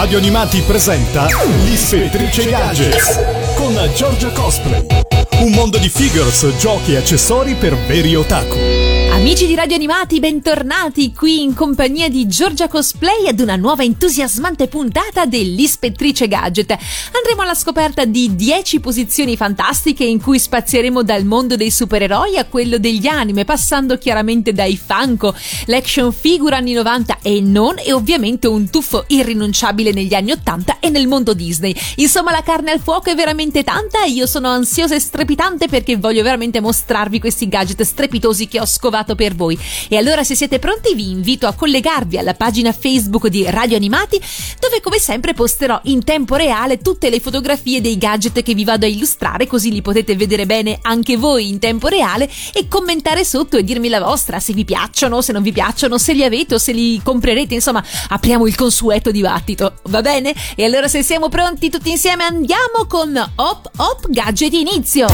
Radio Animati presenta l'Ispettrice Gadgets con Giorgia Cosplay. Un mondo di figures, giochi e accessori per veri otaku. Amici di Radio Animati, bentornati qui in compagnia di Giorgia Cosplay ad una nuova entusiasmante puntata dell'Ispettrice Gadget. Andremo alla scoperta di 10 posizioni fantastiche in cui spazieremo dal mondo dei supereroi a quello degli anime, passando chiaramente dai Funko, l'action figure anni 90 e non, e ovviamente un tuffo irrinunciabile negli anni 80 e nel mondo Disney. Insomma, la carne al fuoco è veramente tanta e io sono ansiosa e strepitante perché voglio veramente mostrarvi questi gadget strepitosi che ho scovato per voi. E allora, se siete pronti, vi invito a collegarvi alla pagina Facebook di Radio Animati, dove come sempre posterò in tempo reale tutte le fotografie dei gadget che vi vado a illustrare, così li potete vedere bene anche voi in tempo reale e commentare sotto e dirmi la vostra, se vi piacciono, se non vi piacciono, se li avete o se li comprerete. Insomma, apriamo il consueto dibattito, va bene? E allora, se siamo pronti tutti insieme, andiamo con Hop Hop Gadget Inizio!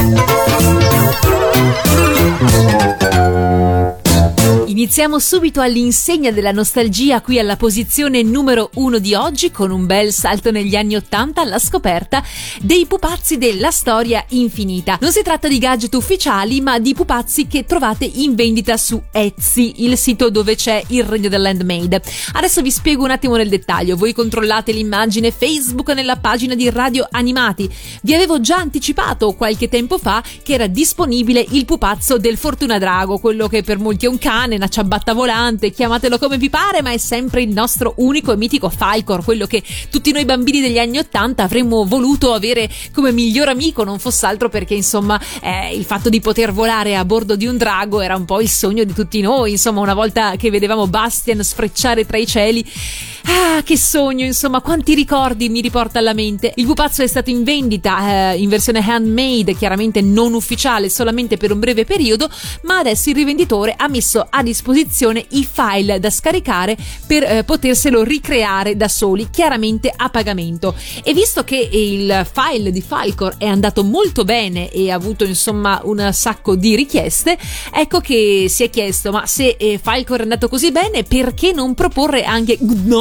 Iniziamo subito all'insegna della nostalgia qui alla posizione numero 1 di oggi, con un bel salto negli anni 80 alla scoperta dei pupazzi della storia infinita. Non si tratta di gadget ufficiali, ma di pupazzi che trovate in vendita su Etsy, il sito dove c'è il regno dell'handmade. Adesso vi spiego un attimo nel dettaglio. Voi controllate l'immagine Facebook nella pagina di Radio Animati. Vi avevo già anticipato qualche tempo fa che era disponibile il pupazzo del Fortuna Drago, quello che per molti è un cane, una ciabatta volante, chiamatelo come vi pare, ma è sempre il nostro unico e mitico Falcor, quello che tutti noi bambini degli anni 80 avremmo voluto avere come miglior amico, non fosse altro perché insomma il fatto di poter volare a bordo di un drago era un po' il sogno di tutti noi. Insomma, una volta che vedevamo Bastian sfrecciare tra i cieli, che sogno, insomma, quanti ricordi mi riporta alla mente. Il pupazzo è stato in vendita in versione handmade, chiaramente non ufficiale, solamente per un breve periodo, ma adesso il rivenditore ha messo a disposizione i file da scaricare per poterselo ricreare da soli, chiaramente a pagamento. E visto che il file di Falcor è andato molto bene e ha avuto insomma un sacco di richieste, ecco che si è chiesto: ma se Falcor è andato così bene, perché non proporre anche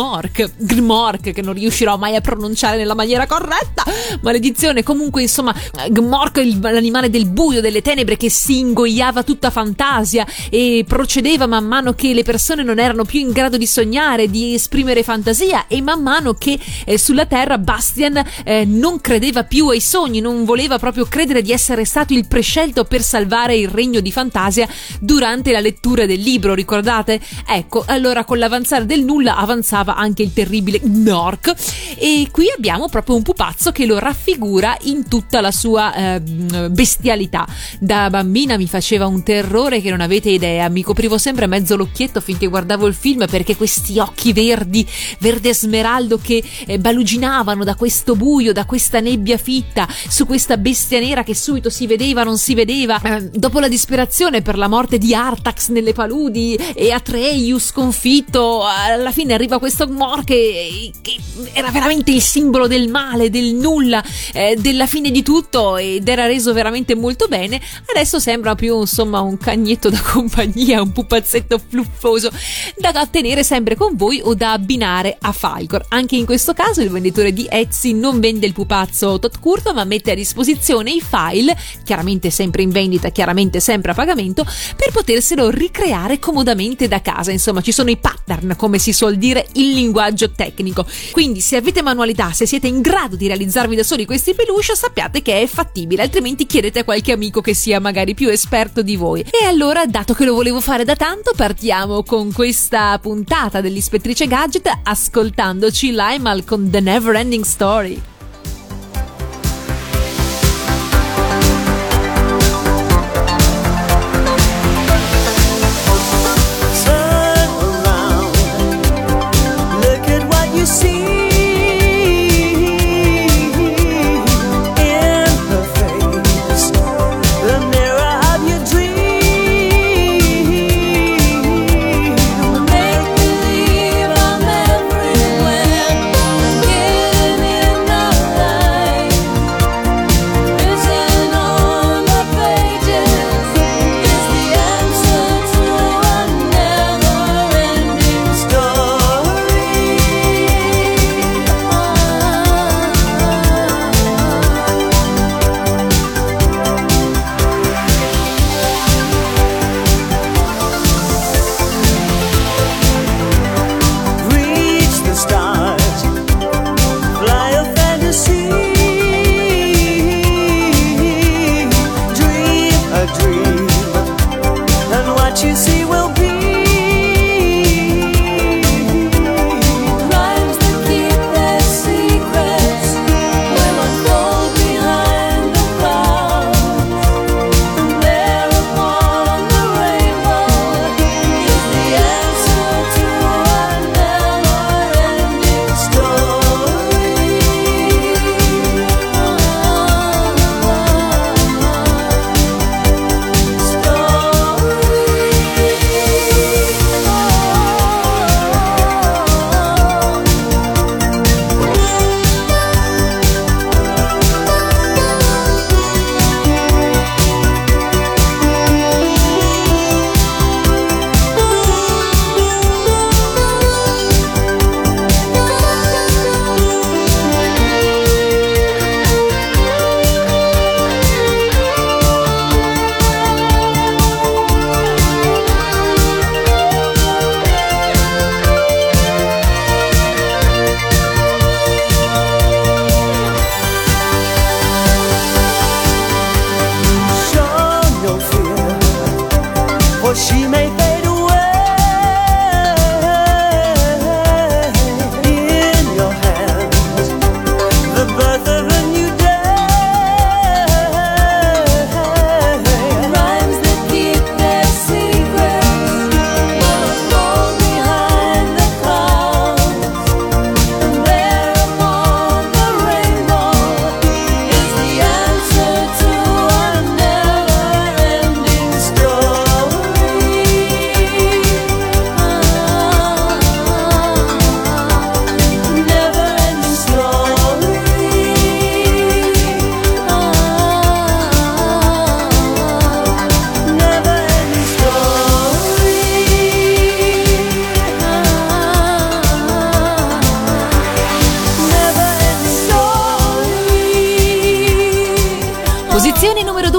Gmork, che non riuscirò mai a pronunciare nella maniera corretta, maledizione. Comunque insomma, Gmork, l'animale del buio, delle tenebre, che si ingoiava tutta fantasia e procedeva man mano che le persone non erano più in grado di sognare, di esprimere fantasia, e man mano che sulla terra Bastian non credeva più ai sogni, non voleva proprio credere di essere stato il prescelto per salvare il regno di Fantasia durante la lettura del libro, ricordate? Ecco, allora con l'avanzare del nulla avanzava anche il terribile Gnork, e qui abbiamo proprio un pupazzo che lo raffigura in tutta la sua bestialità. Da bambina mi faceva un terrore che non avete idea, mi coprivo sempre mezzo l'occhietto finché guardavo il film, perché questi occhi verdi, verde smeraldo, che baluginavano da questo buio, da questa nebbia fitta, su questa bestia nera che subito si vedeva, non si vedeva. Dopo la disperazione per la morte di Artax nelle paludi e Atreus sconfitto, alla fine arriva questo Gmork che era veramente il simbolo del male, del nulla, della fine di tutto, ed era reso veramente molto bene. Adesso sembra più insomma un cagnetto da compagnia, un pupazzetto fluffoso da tenere sempre con voi o da abbinare a Falcor. Anche in questo caso il venditore di Etsy non vende il pupazzo tot curto, ma mette a disposizione i file, chiaramente sempre in vendita, chiaramente sempre a pagamento, per poterselo ricreare comodamente da casa. Insomma, ci sono i pattern, come si suol dire in linguaggio tecnico. Quindi, se avete manualità, se siete in grado di realizzarvi da soli questi peluche, sappiate che è fattibile, altrimenti chiedete a qualche amico che sia magari più esperto di voi. E allora, dato che lo volevo fare da tanto, partiamo con questa puntata dell'Ispettrice Gadget ascoltandoci Limal con The Never Ending Story. Make believe I'm everywhere.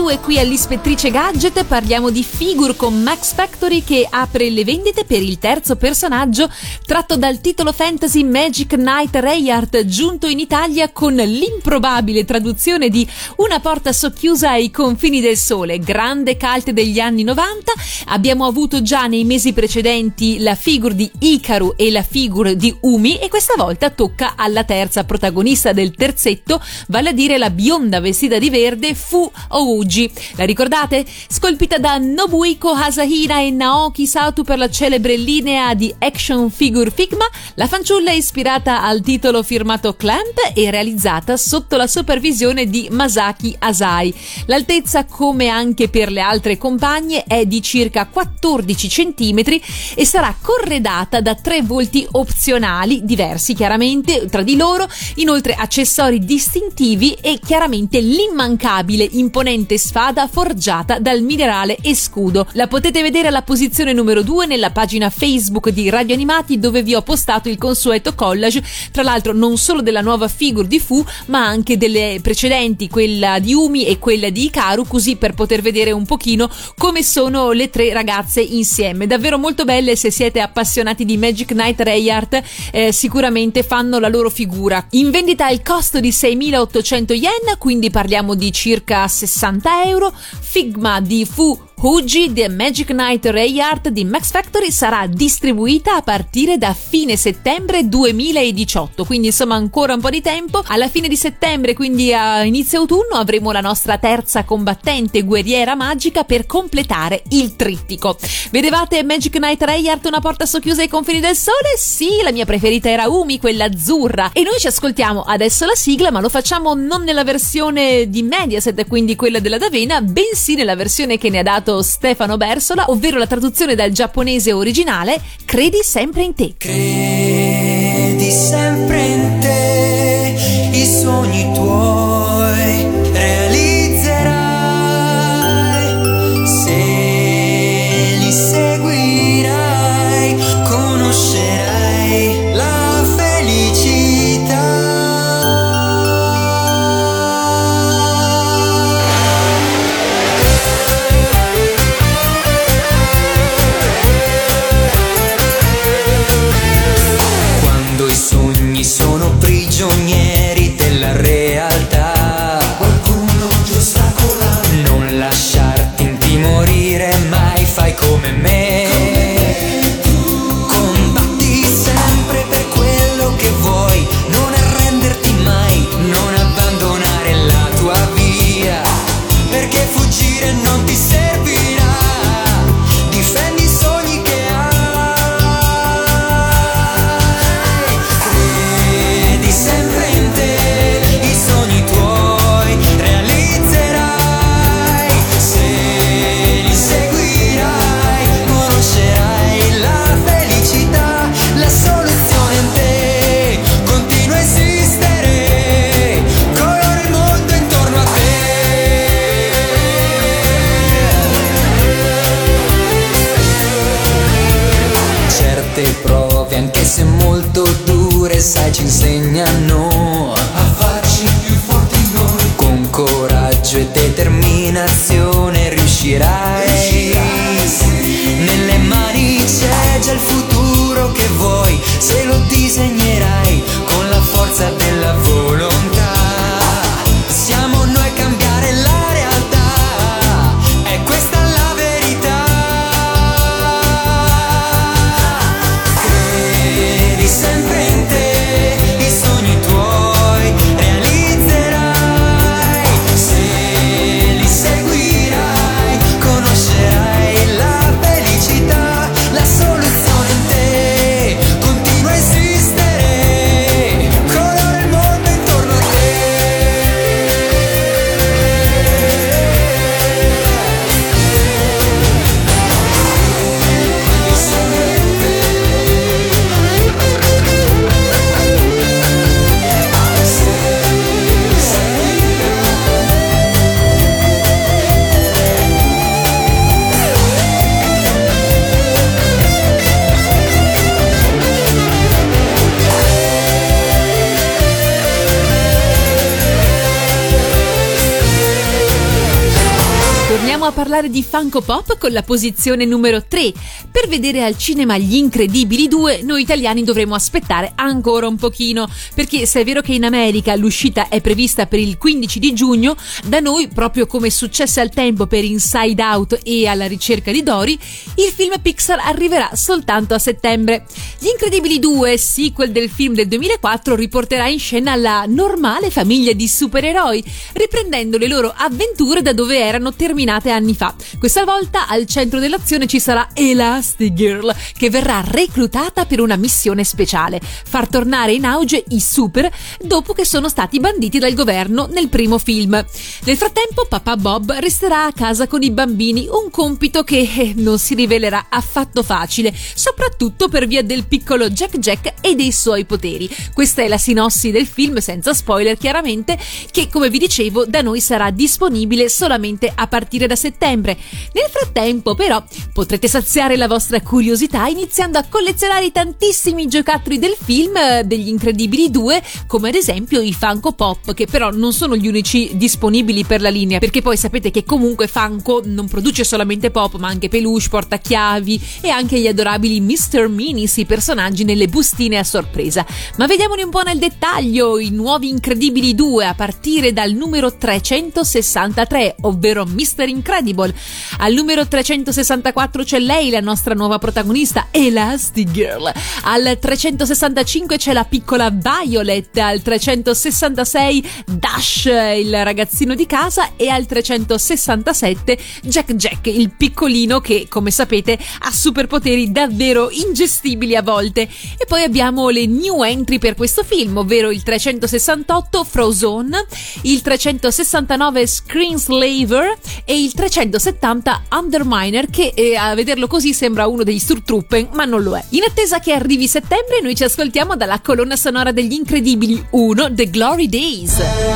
2 qui all'Ispettrice Gadget parliamo di Figure con Max Factory che apre le vendite per il terzo personaggio tratto dal titolo fantasy Magic Knight Rayard, giunto in Italia con l'improbabile traduzione di Una porta socchiusa ai confini del sole, grande cult degli anni 90. Abbiamo avuto già nei mesi precedenti la figure di Hikaru e la figure di Umi e questa volta tocca alla terza protagonista del terzetto, vale a dire la bionda vestita di verde Fu Ouji. La ricordate? Scolpita da Nobuhiko Asahina e Naoki Sato per la celebre linea di action figure Figma, la fanciulla è ispirata al titolo firmato Clamp e realizzata sotto la supervisione di Masaki Asai. L'altezza, come anche per le altre compagne, è di circa 14 cm e sarà corredata da 3 volti opzionali diversi chiaramente tra di loro, inoltre accessori distintivi e chiaramente l'immancabile imponente spada forgiata dal minerale e scudo. La potete vedere alla posizione numero 2 nella pagina Facebook di Radio Animati, dove vi ho postato il consueto collage, tra l'altro non solo della nuova figure di Fu ma anche delle precedenti, quella di Umi e quella di Hikaru, così per poter vedere un pochino come sono le 3 ragazze insieme. Davvero molto belle. Se siete appassionati di Magic Knight Rayard sicuramente fanno la loro figura. In vendita il costo di 6.800 yen, quindi parliamo di circa 60 euro. Figma di Fu Ouji The Magic Knight Rayard di Max Factory sarà distribuita a partire da fine settembre 2018, quindi insomma ancora un po' di tempo. Alla fine di settembre, quindi a inizio autunno, avremo la nostra terza combattente guerriera magica per completare il trittico. Vedevate Magic Knight Rayard, Una porta socchiusa ai confini del sole? Sì, la mia preferita era Umi, quella azzurra, e noi ci ascoltiamo adesso la sigla, ma lo facciamo non nella versione di Mediaset, quindi quella della D'Avena, bensì nella versione che ne ha dato Stefano Bersola, ovvero la traduzione dal giapponese originale Credi sempre in te. Credi sempre in te, i sogni tuoi realizzerai, se li seguirai conoscerai la felicità. Sono prigionieri della realtà. Qualcuno ti ostacola. Non lasciarti intimorire mai, fai come me. Combatti sempre per quello che vuoi, non arrenderti mai, non abbandonare la tua via, perché fuggire non ti servirà. Difendi i sogni che hai. Sempre in te, i sogni tuoi realizzerai, se li seguirai conoscerai la felicità, la soluzione in te continua a esistere, colora il mondo intorno a te. Certe prove, anche se molto dure, sai, ci insegnano a farci più forti noi. Con coraggio e determinazione riuscirai. Nelle mani c'è già il futuro che vuoi, se lo disegnerai con la forza della volontà. Siamo noi a cambiare la realtà, è questa la verità. Credi sempre in te, i sogni tuoi torniamo a parlare di Funko Pop con la posizione numero 3. Per vedere al cinema Gli Incredibili 2, noi italiani dovremo aspettare ancora un pochino, perché se è vero che in America l'uscita è prevista per il 15 di giugno, da noi, proprio come successe al tempo per Inside Out e Alla ricerca di Dory, il film Pixar arriverà soltanto a settembre. Gli Incredibili 2, sequel del film del 2004, riporterà in scena la normale famiglia di supereroi, riprendendo le loro avventure da dove erano terminate anni fa. Questa volta al centro dell'azione ci sarà Elastigirl, che verrà reclutata per una missione speciale: far tornare in auge i super dopo che sono stati banditi dal governo nel primo film. Nel frattempo papà Bob resterà a casa con i bambini, un compito che non si rivelerà affatto facile, soprattutto per via del piccolo Jack e dei suoi poteri. Questa è la sinossi del film, senza spoiler chiaramente, che come vi dicevo da noi sarà disponibile solamente a partire da settembre. Nel frattempo però potrete saziare la vostra curiosità iniziando a collezionare i tantissimi giocattoli del film degli Incredibili 2, come ad esempio i Funko Pop, che però non sono gli unici disponibili per la linea, perché poi sapete che comunque Funko non produce solamente pop ma anche peluche, portachiavi e anche gli adorabili Mr. Minis, i personaggi nelle bustine a sorpresa. Ma vediamoli un po' nel dettaglio. I nuovi Incredibili 2 a partire dal numero 363, ovvero Mr. Incredible. Al numero 364 c'è lei, la nostra nuova protagonista Elastigirl. Al 365 c'è la piccola Violet. Al 366 Dash, il ragazzino di casa, e al 367 Jack, il piccolino che, come sapete, ha superpoteri davvero ingestibili a volte. E poi abbiamo le new entry per questo film, ovvero il 368 Frozen, il 369 Screenslaver e il 370 Underminer, che a vederlo così sembra uno degli Sturmtruppen, ma non lo è. In attesa che arrivi settembre, noi ci ascoltiamo dalla colonna sonora degli Incredibili 1, The Glory Days.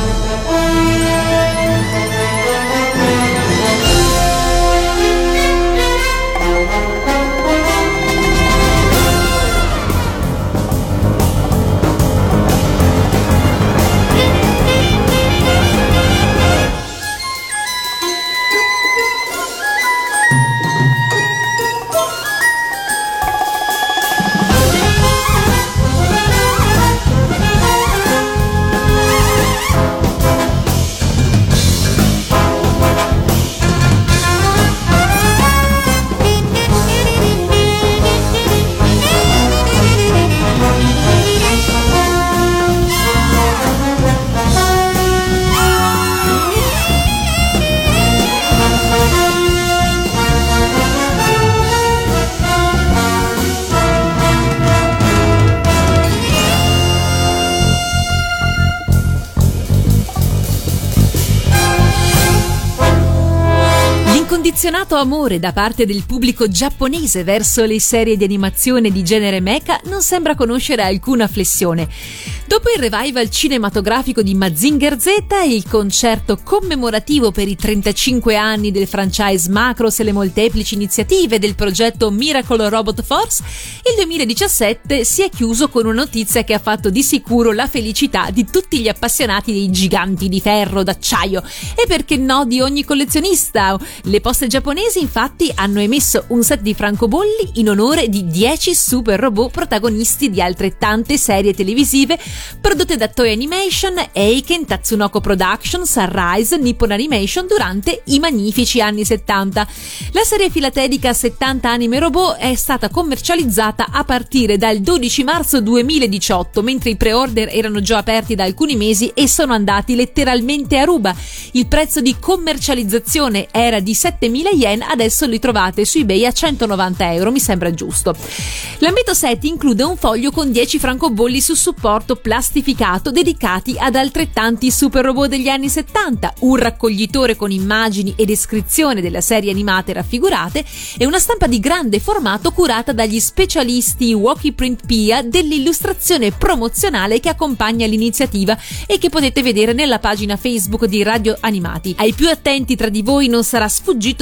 L'incondizionato amore da parte del pubblico giapponese verso le serie di animazione di genere mecha non sembra conoscere alcuna flessione. Dopo il revival cinematografico di Mazinger Z e il concerto commemorativo per i 35 anni del franchise Macross e le molteplici iniziative del progetto Miracle Robot Force, il 2017 si è chiuso con una notizia che ha fatto di sicuro la felicità di tutti gli appassionati dei giganti di ferro, d'acciaio e perché no di ogni collezionista. Le poste giapponesi infatti hanno emesso un set di francobolli in onore di 10 super robot protagonisti di altrettante serie televisive prodotte da Toei Animation, Eiken, Tatsunoko Production, Sunrise, Nippon Animation durante i magnifici anni 70. La serie filatelica 70 Anime Robot è stata commercializzata a partire dal 12 marzo 2018, mentre i pre-order erano già aperti da alcuni mesi e sono andati letteralmente a ruba. Il prezzo di commercializzazione era di 7.000 yen, adesso li trovate su eBay a 190 euro, mi sembra giusto. L'ambito set include un foglio con 10 francobolli su supporto plastificato dedicati ad altrettanti super robot degli anni 70, un raccoglitore con immagini e descrizione delle serie animate raffigurate e una stampa di grande formato curata dagli specialisti Woki Print Pia dell'illustrazione promozionale che accompagna l'iniziativa e che potete vedere nella pagina Facebook di Radio Animati. Ai più attenti tra di voi non sarà sfuggito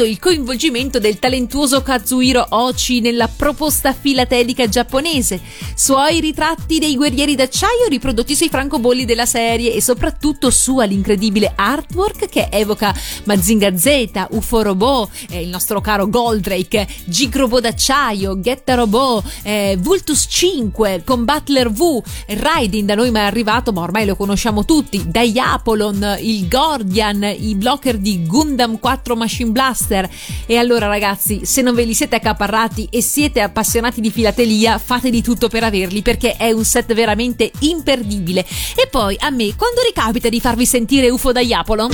avuto il coinvolgimento del talentuoso Kazuhiro Ochi nella proposta filatelica giapponese, suoi ritratti dei guerrieri d'acciaio riprodotti sui francobolli della serie e soprattutto sua l'incredibile artwork che evoca Mazinga Z, UFO Robot, il nostro caro Goldrake, Gig Robot d'acciaio, Getta Robot, Vultus 5, Combattler V, Raiden da noi mai arrivato ma ormai lo conosciamo tutti, Diapolon, il Gordian, i blocker di Gundam 4 Machine Blaster. E allora ragazzi, se non ve li siete accaparrati e siete appassionati di filatelia, fate di tutto per averli perché è un set veramente imperdibile. E poi a me, quando ricapita di farvi sentire UFO Diapolon?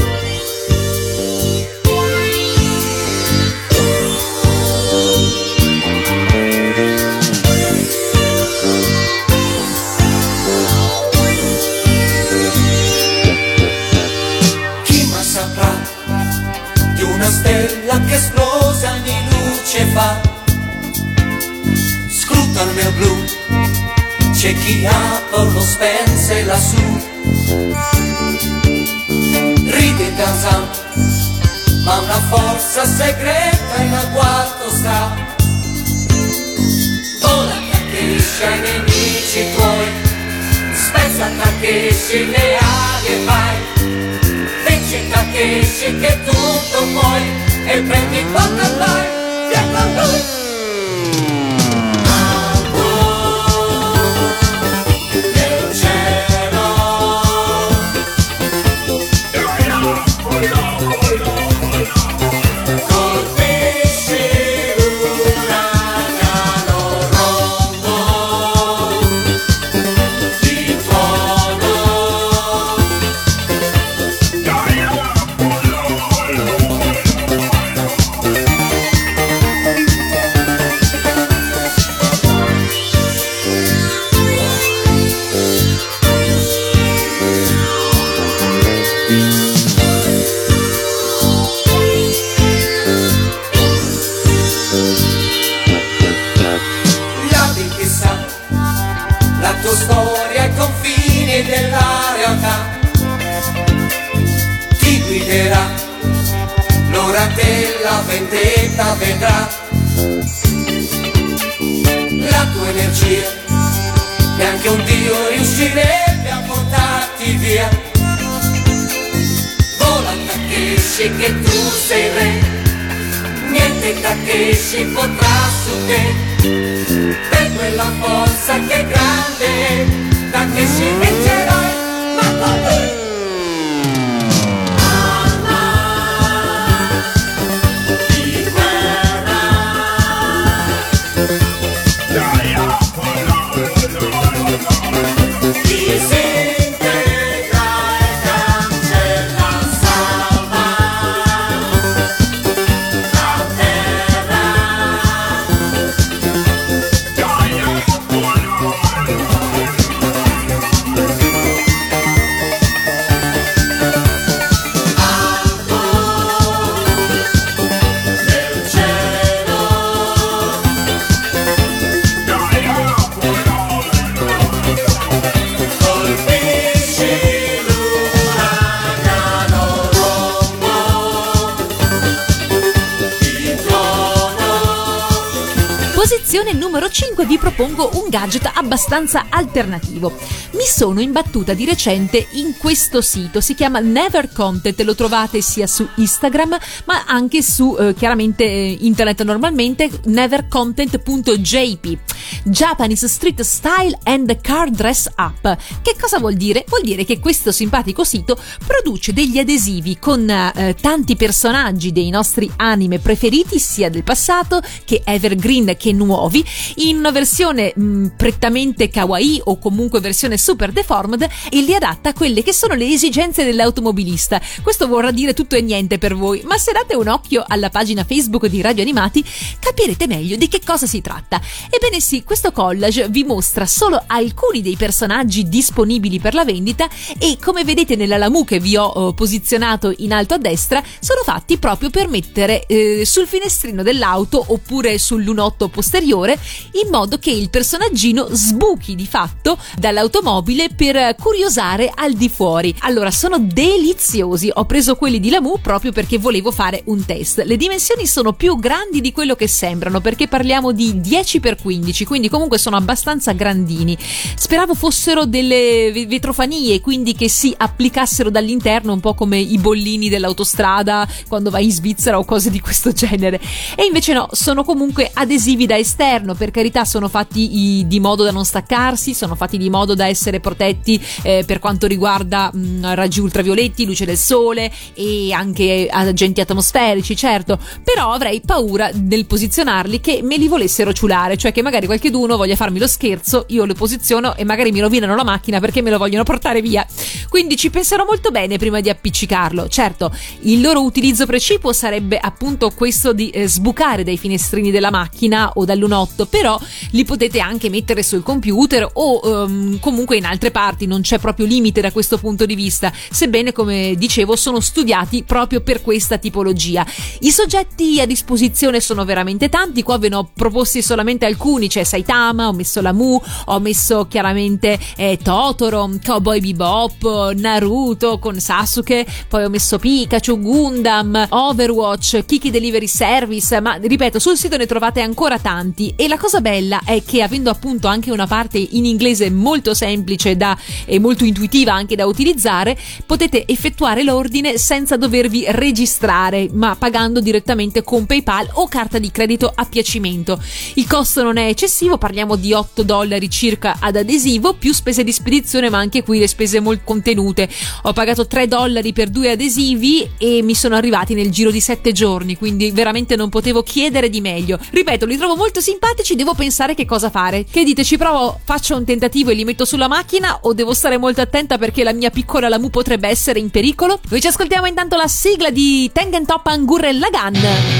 Stella che esplosa di luce fa, scruta il mio blu, c'è chi Apollo spense lassù, ride Tarzan, ma una forza segreta in agguato sta, vola Takeshi ai nemici tuoi, spezza Takeshi le ali e vai, Takeshi che tutto puoi e prendi quanto vai, via con lui. Nel cielo colpisci l'uragano rombo di tuono. Storia ai confini della realtà ti guiderà, l'ora della vendetta vedrà, la tua energia neanche un dio riuscirebbe a portarti via, vola Takeshi che tu sei re, niente Takeshi potrà su te, per quella forza che è grande, Takeshi vincerai, ma con lui. Arma di guerra, disintegra e cancella, salva la terra. Posizione numero 5 vi propongo un gadget abbastanza alternativo. Mi sono imbattuta di recente in questo sito, si chiama Never Content, lo trovate sia su Instagram ma anche su chiaramente internet normalmente, nevercontent.jp, Japanese Street Style and Car Dress Up. Che cosa vuol dire? Vuol dire che questo simpatico sito produce degli adesivi con tanti personaggi dei nostri anime preferiti sia del passato che evergreen che nuovi, in una versione prettamente kawaii o comunque versione super deformed, e li adatta a quelle che sono le esigenze dell'automobilista. Questo vorrà dire tutto e niente per voi, ma se date un occhio alla pagina Facebook di Radio Animati capirete meglio di che cosa si tratta. Ebbene sì, questo collage vi mostra solo alcuni dei personaggi disponibili per la vendita e, come vedete nella Lamu che vi ho posizionato in alto a destra, sono fatti proprio per mettere sul finestrino dell'auto oppure sul lunotto posteriore superiore, in modo che il personaggino sbuchi di fatto dall'automobile per curiosare al di fuori. Allora, sono deliziosi. Ho preso quelli di Lamu proprio perché volevo fare un test. Le dimensioni sono più grandi di quello che sembrano, perché parliamo di 10x15, quindi comunque sono abbastanza grandini. Speravo fossero delle vetrofanie, quindi che si applicassero dall'interno, un po' come i bollini dell'autostrada quando vai in Svizzera o cose di questo genere. E invece no, sono comunque adesivi da esterno. Per carità, sono fatti di modo da non staccarsi, sono fatti di modo da essere protetti per quanto riguarda raggi ultravioletti, luce del sole e anche agenti atmosferici, certo, però avrei paura del posizionarli che me li volessero ciulare, cioè che magari qualcheduno voglia farmi lo scherzo, io lo posiziono e magari mi rovinano la macchina perché me lo vogliono portare via. Quindi ci penserò molto bene prima di appiccicarlo. Certo, il loro utilizzo precipuo sarebbe appunto questo di sbucare dai finestrini della macchina o dal lunotto, però li potete anche mettere sul computer o comunque in altre parti, non c'è proprio limite da questo punto di vista, sebbene, come dicevo, sono studiati proprio per questa tipologia. I soggetti a disposizione sono veramente tanti, qua ve ne ho proposti solamente alcuni. C'è Saitama, ho messo Lamu, ho messo chiaramente Totoro, Cowboy Bebop, Naruto con Sasuke, poi ho messo Pikachu, Gundam, Overwatch, Kiki Delivery Service, ma ripeto, sul sito ne trovate ancora tanti. E la cosa bella è che, avendo appunto anche una parte in inglese molto semplice e molto intuitiva anche da utilizzare, potete effettuare l'ordine senza dovervi registrare, ma pagando direttamente con PayPal o carta di credito a piacimento. Il costo non è eccessivo, parliamo di $8 circa ad adesivo, più spese di spedizione, ma anche qui le spese molto contenute. Ho pagato $3 per 2 adesivi e mi sono arrivati nel giro di 7 giorni, quindi veramente non potevo chiedere di meglio. Ripeto, li trovo molto simpatici, devo pensare che cosa fare. Che dite, ci provo, faccio un tentativo e li metto sulla macchina, o devo stare molto attenta perché la mia piccola Lamu potrebbe essere in pericolo? Noi ci ascoltiamo intanto la sigla di Tengen Toppan Gurren Lagann.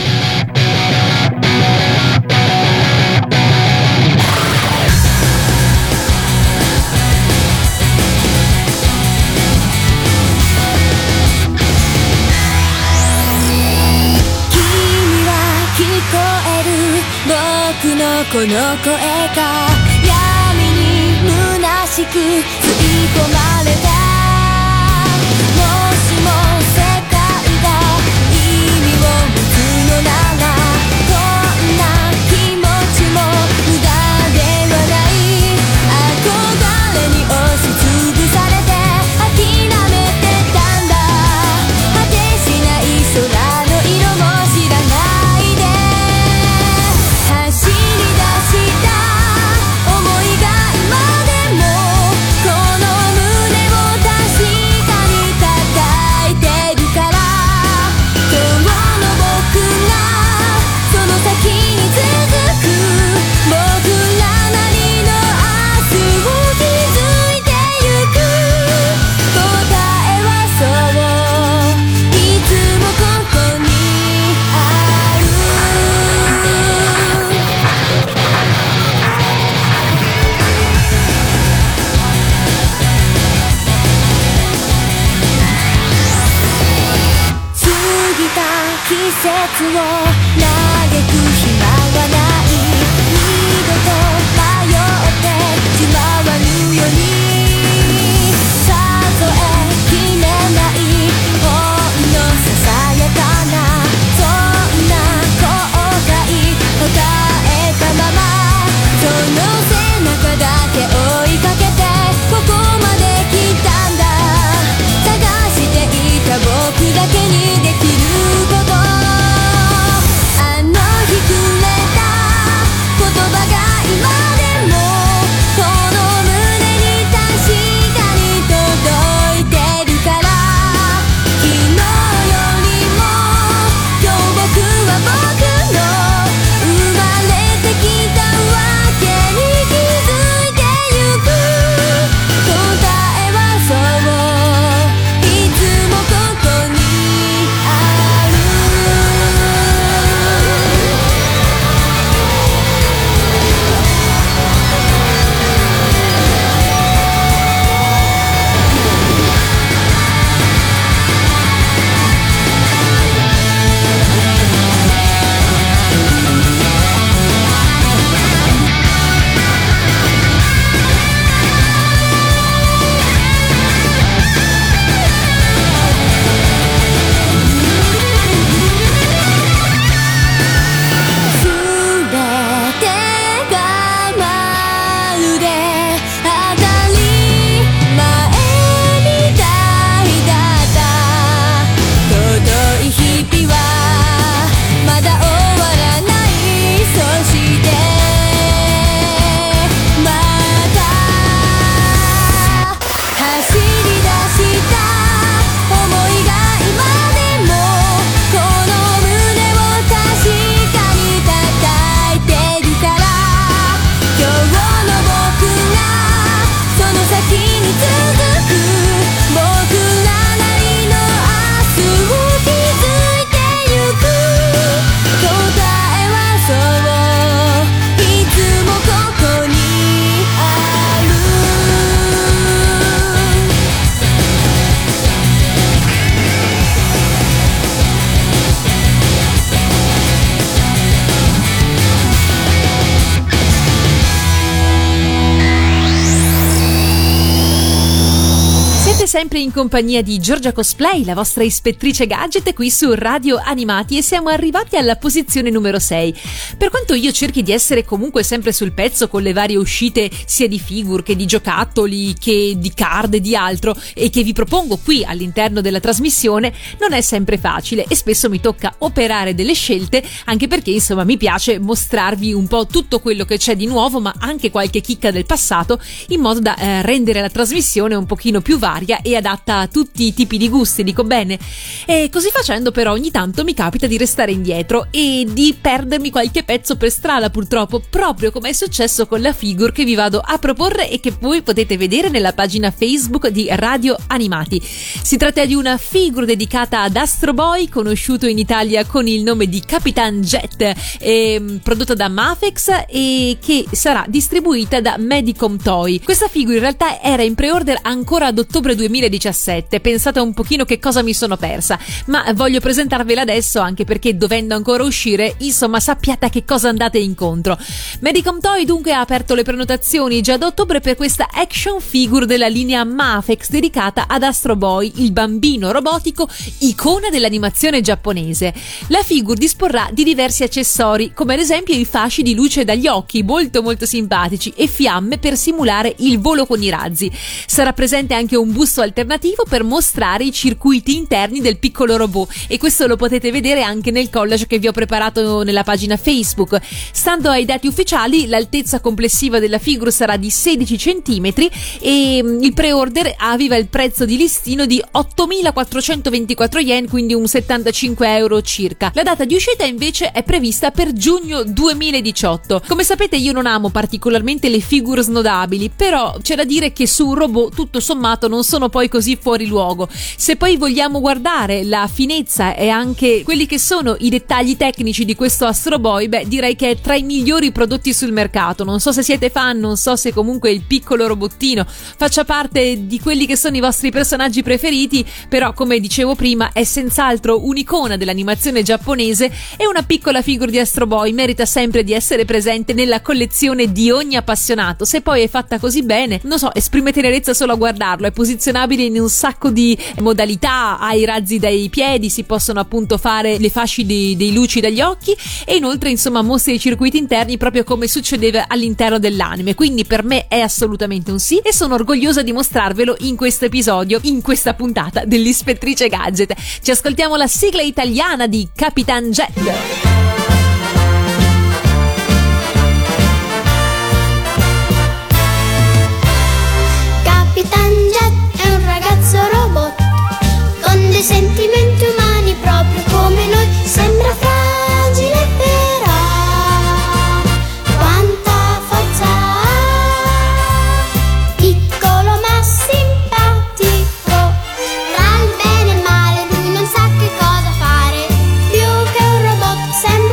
僕のこの声が闇に虚しく吸い込まれた。もしも世界が意味を持つのならこんな気持ちも無駄ではない。憧れに押しつぶされて諦めてたんだ。果てしない空の色も知らないで走り出した想いが今でもこの胸を確かに叩いてるから今日の僕がその先に続く僕らなりの明日を築いてゆく答えはそういつもここにある。過ぎた季節を嘆く暇はない二度と迷ってしまわぬように数えきれないほんのささやかなそんな後悔答えたままその背中だけ追いかけてここまで来たんだ。探していた僕だけにできることあの日 Siete sempre in compagnia di Giorgia Cosplay, la vostra ispettrice gadget qui su Radio Animati, e siamo arrivati alla posizione numero 6. Per quanto io cerchi di essere comunque sempre sul pezzo con le varie uscite sia di figure che di giocattoli che di card e di altro, e che vi propongo qui all'interno della trasmissione, non è sempre facile e spesso mi tocca operare delle scelte, anche perché insomma mi piace mostrarvi un po' tutto quello che c'è di nuovo, ma anche qualche chicca del passato, in modo da rendere la trasmissione un pochino più varia e adatta a tutti i tipi di gusti, dico bene. E così facendo però ogni tanto mi capita di restare indietro e di perdermi qualche pezzo per strada, purtroppo, proprio come è successo con la figure che vi vado a proporre e che voi potete vedere nella pagina Facebook di Radio Animati. Si tratta di una figure dedicata ad Astro Boy, conosciuto in Italia con il nome di Capitan Jet, prodotta da Mafex e che sarà distribuita da Medicom Toy. Questa figure in realtà era in pre-order ancora ad ottobre 2017, pensate un pochino che cosa mi sono persa, ma voglio presentarvela adesso, anche perché dovendo ancora uscire, insomma, sappiate a che cosa andate incontro. Medicom Toy dunque ha aperto le prenotazioni già da ottobre per questa action figure della linea Mafex dedicata ad Astro Boy, il bambino robotico icona dell'animazione giapponese. La figure disporrà di diversi accessori, come ad esempio i fasci di luce dagli occhi molto simpatici e fiamme per simulare il volo con i razzi. Sarà presente anche un busto alternativo per mostrare i circuiti interni del piccolo robot, e questo lo potete vedere anche nel collage che vi ho preparato nella pagina Facebook. Stando ai dati ufficiali, l'altezza complessiva della figure sarà di 16 cm e il pre-order aveva il prezzo di listino di 8.424 yen, quindi un 75 euro circa. La data di uscita invece è prevista per giugno 2018. Come sapete, io non amo particolarmente le figure snodabili, però c'è da dire che su un robot tutto sommato non sono poi così fuori luogo. Se poi vogliamo guardare la finezza e anche quelli che sono i dettagli tecnici di questo Astro Boy, beh, direi che è tra i migliori prodotti sul mercato. Non so se siete fan, non so se comunque il piccolo robottino faccia parte di quelli che sono i vostri personaggi preferiti, però come dicevo prima è senz'altro un'icona dell'animazione giapponese, e una piccola figure di Astro Boy merita sempre di essere presente nella collezione di ogni appassionato. Se poi è fatta così bene, non so, esprime tenerezza solo a guardarlo. È posizionabile in un sacco di modalità, ha i razzi dai piedi, si possono appunto fare le fasci dei luci dagli occhi, e inoltre insomma mostra i circuiti interni proprio come succedeva all'interno dell'anime. Quindi per me è assolutamente un sì, e sono orgogliosa di mostrarvelo in questo episodio, in questa puntata dell'Ispettrice Gadget. Ci ascoltiamo la sigla italiana di Capitan Jet. Capitan Jet è un ragazzo robot con dei sentimenti umani proprio come noi. Sembra fragile però quanta forza ha, piccolo ma simpatico. Tra il bene e il male lui non sa che cosa fare, più che un robot sembra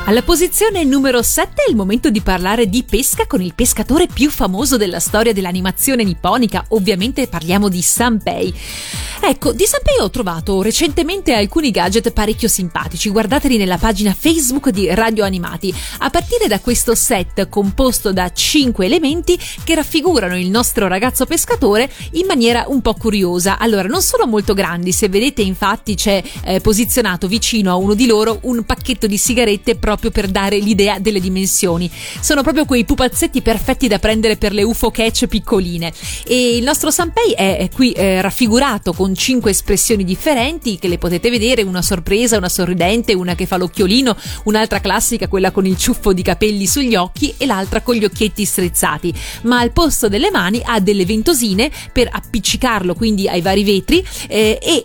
Alla posizione numero 7 è il momento di parlare di pesca con il pescatore più famoso della storia dell'animazione nipponica. Ovviamente parliamo di Sanpei. Ecco, di Sanpei ho trovato recentemente alcuni gadget parecchio simpatici. Guardateli nella pagina Facebook di Radio Animati. A partire da questo set composto da 5 elementi che raffigurano il nostro ragazzo pescatore in maniera un po' curiosa. Allora, non sono molto grandi. Se vedete, infatti, c'è posizionato vicino a uno di loro un pacchetto di sigarette proprio per dare l'idea delle dimensioni. Sono proprio quei pupazzetti perfetti da prendere per le UFO catch piccoline. E il nostro Sanpei è qui raffigurato con 5 espressioni differenti che le potete vedere: una sorpresa, una sorridente, una che fa l'occhiolino, un'altra classica, quella con il ciuffo di capelli sugli occhi, e l'altra con gli occhietti strizzati. Ma al posto delle mani ha delle ventosine per appiccicarlo quindi ai vari vetri, e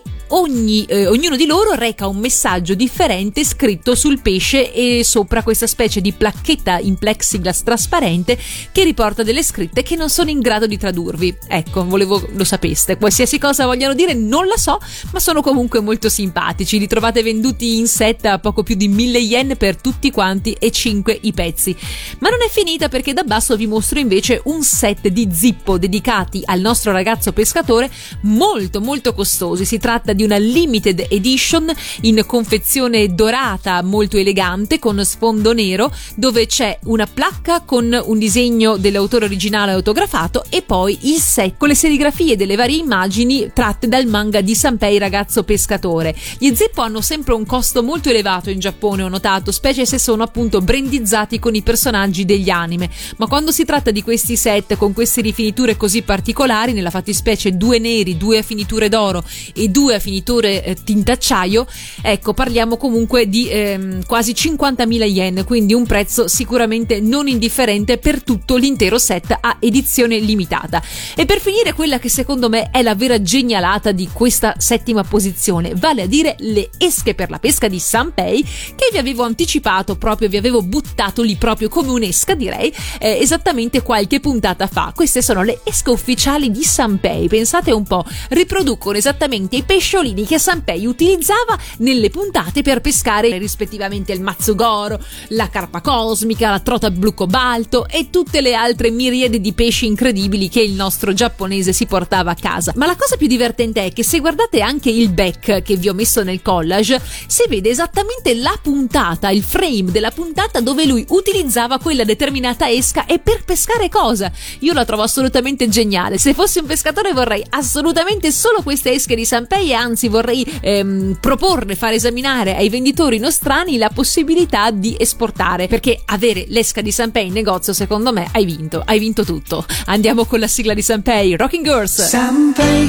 ognuno di loro reca un messaggio differente scritto sul pesce e sopra questa specie di placchetta in plexiglass trasparente che riporta delle scritte che non sono in grado di tradurvi. Ecco, volevo lo sapeste. Qualsiasi cosa vogliano dire non la so, ma sono comunque molto simpatici. Li trovate venduti in set a poco più di 1.000 yen per tutti quanti e 5 i pezzi. Ma non è finita, perché da basso vi mostro invece un set di zippo dedicati al nostro ragazzo pescatore molto molto costosi. Si tratta di una limited edition in confezione dorata molto elegante con sfondo nero, dove c'è una placca con un disegno dell'autore originale autografato e poi il set con le serigrafie delle varie immagini tratte dal manga di Sanpei ragazzo pescatore. Gli zippo hanno sempre un costo molto elevato in Giappone, ho notato, specie se sono appunto brandizzati con i personaggi degli anime, ma quando si tratta di questi set con queste rifiniture così particolari, nella fattispecie 2 neri, 2 a finiture d'oro e 2 a finiture tintacciaio, ecco, parliamo comunque di quasi 50.000 yen, quindi un prezzo sicuramente non indifferente per tutto l'intero set a edizione limitata. E per finire, quella che secondo me è la vera genialata di questa settima posizione, vale a dire le esche per la pesca di Sanpei, che vi avevo anticipato, proprio vi avevo buttato lì proprio come un'esca, direi, esattamente qualche puntata fa. Queste sono le esche ufficiali di Sanpei. Pensate un po', riproducono esattamente i pesciolini che Sanpei utilizzava nelle puntate per pescare rispettivamente il mazzugoro, la carpa cosmica, la trota blu cobalto e tutte le altre miriadi di pesci incredibili che il nostro giapponese si portava a casa. Ma la cosa più divertente è che se guardate anche il back che vi ho messo nel collage, si vede esattamente la puntata, il frame della puntata dove lui utilizzava quella determinata esca. E per pescare cosa? Io la trovo assolutamente geniale. Se fossi un pescatore vorrei assolutamente solo queste esche di Sanpei, e anzi vorrei proporre, fare esaminare ai venditori nostrani la possibilità di esportare, perché avere l'esca di Sanpei in negozio, secondo me hai vinto tutto. Andiamo con la sigla di Sanpei, Rocking Girls. Sanpei,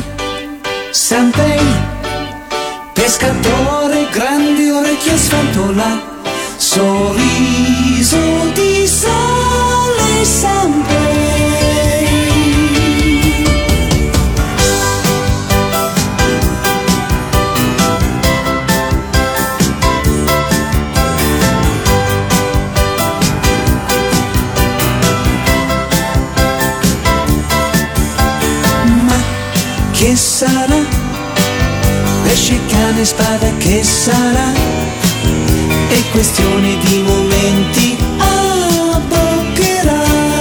Sanpei, pescatore, grandi orecchie a sfantola, sorriso di sole, Sanpei. Che sarà? Pesce, cane, spada, che sarà? È questione di momenti, abboccherà.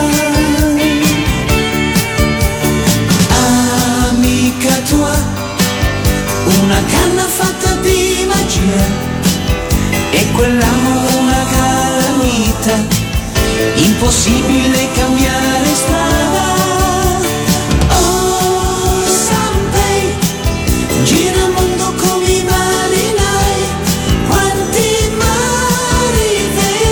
Amica tua, una canna fatta di magia, e quell'amore una calamita, impossibile cambiare strada. Gira il mondo come i marinai, quanti mari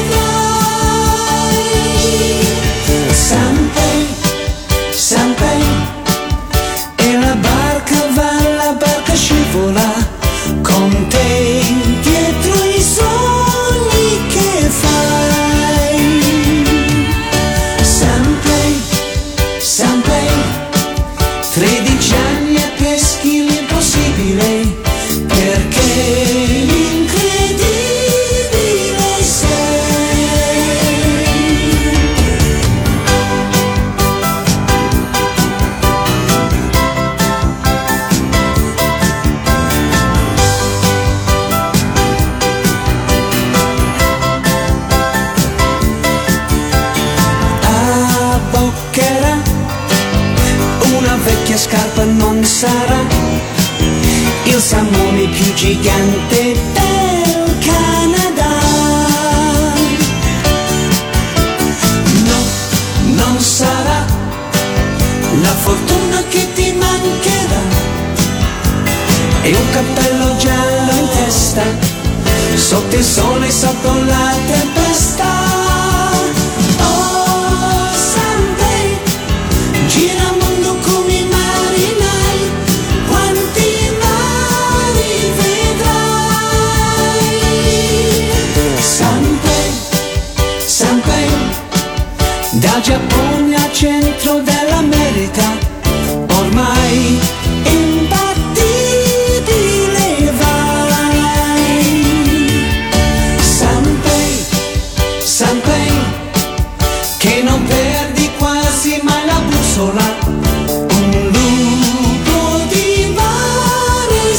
vedrai. Sanpei, Sanpei, e la barca va, la barca scivola, con te dietro i sogni che fai. Sanpei, sarà il salmone più gigante del Canada. No, non sarà la fortuna che ti mancherà e un cappello giallo in testa sotto il sole, sotto la tempesta. Oh, someday gira il mondo come i marinai, quanti mari vedrai. Someday dal Giappone al centro dell'America, ormai imbattibile vai. Someday che non perdi quasi mai la bussola, un lupo di mare.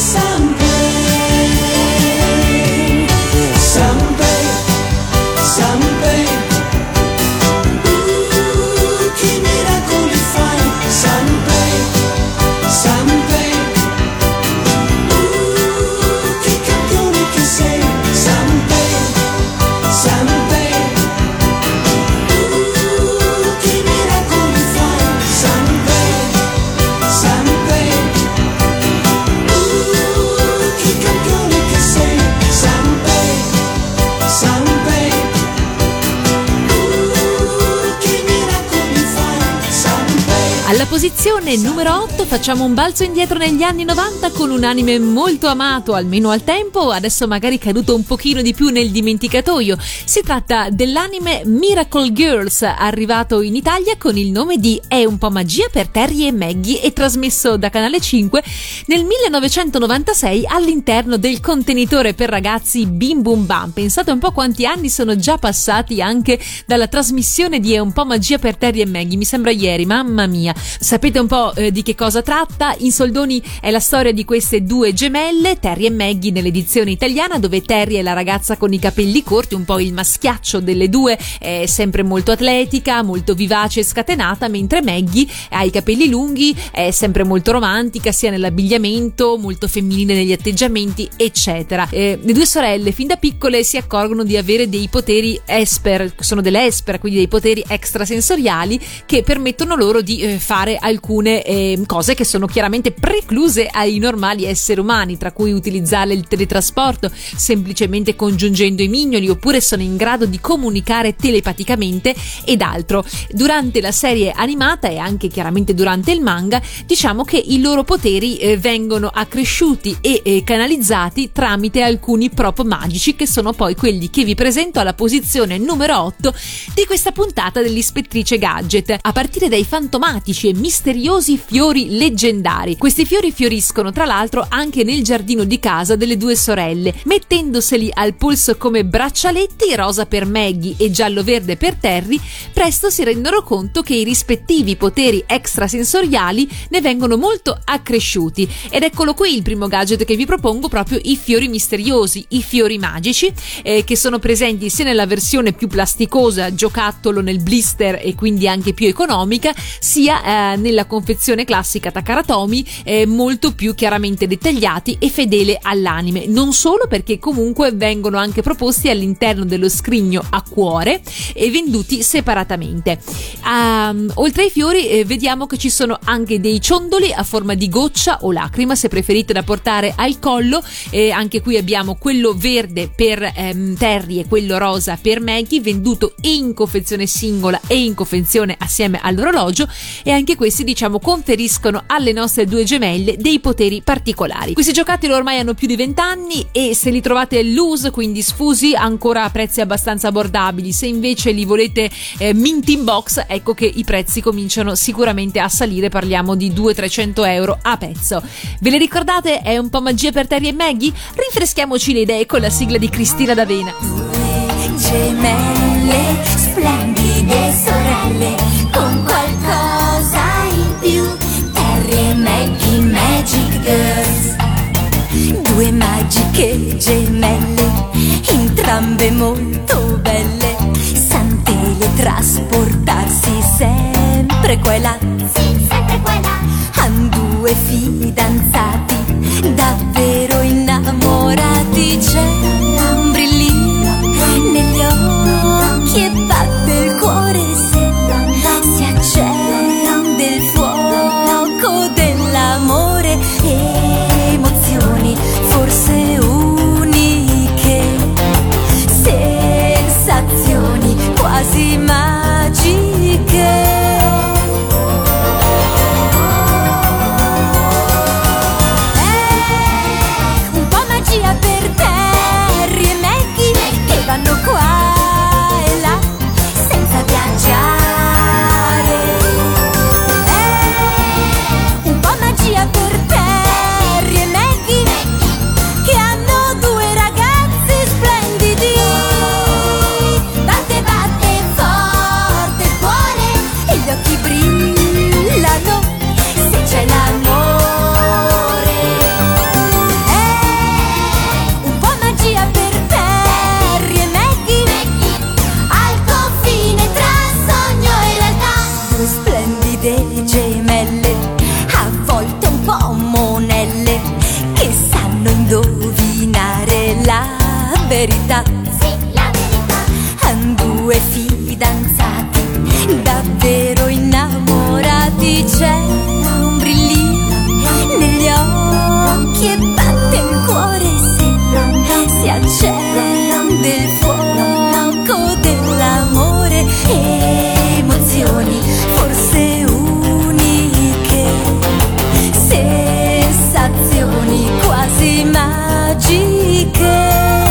Someday che miracoli fai. Someday che campione che sei. Someday che miracoli fai. Someday che campione che sei. Someday che miracoli fai. Someday. Alla posizione numero 8 facciamo un balzo indietro negli anni 90 con un anime molto amato, almeno al tempo, adesso magari caduto un pochino di più nel dimenticatoio. Si tratta dell'anime Miracle Girls, arrivato in Italia con il nome di È un po' magia per Terry e Maggie e trasmesso da Canale 5 nel 1996 all'interno del contenitore per ragazzi Bim Bum Bam. Pensate un po' quanti anni sono già passati anche dalla trasmissione di È un po' magia per Terry e Maggie, mi sembra ieri, mamma mia. Sapete un po' di che cosa tratta? In soldoni è la storia di queste due gemelle, Terry e Maggie nell'edizione italiana, dove Terry è la ragazza con i capelli corti, un po' il maschiaccio delle due, è sempre molto atletica, molto vivace e scatenata, mentre Maggie ha i capelli lunghi, è sempre molto romantica sia nell'abbigliamento, molto femminile negli atteggiamenti, eccetera. Le due sorelle fin da piccole si accorgono di avere dei poteri esper, sono delle esper, quindi dei poteri extrasensoriali che permettono loro di fare alcune cose che sono chiaramente precluse ai normali esseri umani, tra cui utilizzare il teletrasporto semplicemente congiungendo i mignoli, oppure sono in grado di comunicare telepaticamente ed altro. Durante la serie animata e anche chiaramente durante il manga, diciamo che i loro poteri vengono accresciuti e canalizzati tramite alcuni prop magici, che sono poi quelli che vi presento alla posizione numero 8 di questa puntata dell'Ispettrice Gadget, a partire dai fantomatici e misteriosi fiori leggendari. Questi fiori fioriscono tra l'altro anche nel giardino di casa delle due sorelle, mettendoseli al polso come braccialetti, rosa per Maggie e giallo-verde per Terry. Presto si rendono conto che i rispettivi poteri extrasensoriali ne vengono molto accresciuti, ed eccolo qui il primo gadget che vi propongo, proprio i fiori misteriosi, i fiori magici, che sono presenti sia nella versione più plasticosa, giocattolo nel blister e quindi anche più economica, sia nella confezione classica Takara Tomy, molto più chiaramente dettagliati e fedele all'anime. Non solo, perché comunque vengono anche proposti all'interno dello scrigno a cuore e venduti separatamente. Oltre ai fiori vediamo che ci sono anche dei ciondoli a forma di goccia o lacrima, se preferite, da portare al collo. Anche qui abbiamo quello verde per Terry e quello rosa per Maggie, venduto in confezione singola e in confezione assieme all'orologio, e anche questi diciamo conferiscono alle nostre due gemelle dei poteri particolari. Questi giocattoli ormai hanno più di 20 anni e se li trovate loose, quindi sfusi, ancora a prezzi abbastanza abbordabili. Se invece li volete mint in box, ecco che i prezzi cominciano sicuramente a salire, parliamo di 200-300 euro a pezzo. Ve le ricordate? È un po' magia per Terry e Maggie? Rinfreschiamoci le idee con la sigla di Cristina D'Avena. Due gemelle, splendide sorelle, con qualcosa in più, Terry e Maggie, Magic Girls. Due magiche gemelle, entrambe molto belle, san teletrasportarsi sempre qua e là. Sì, sempre qua e là. Han due fidanzati verità. Sì, la verità. Han due fidanzati davvero innamorati, c'è un brillino negli occhi e batte il cuore se si accende il fuoco dell'amore. Emozioni forse uniche, sensazioni quasi magiche.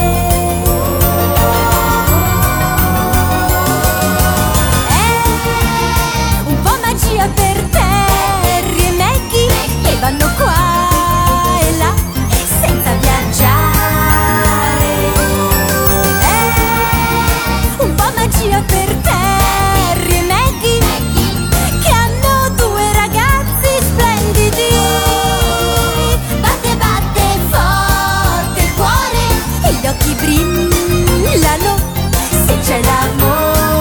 Per Terry e Maggie che vanno qua e là senza viaggiare. Un po' magia per Terry e Maggie che hanno due ragazzi splendidi. Batte, batte forte il cuore E gli occhi brillano se c'è l'amore.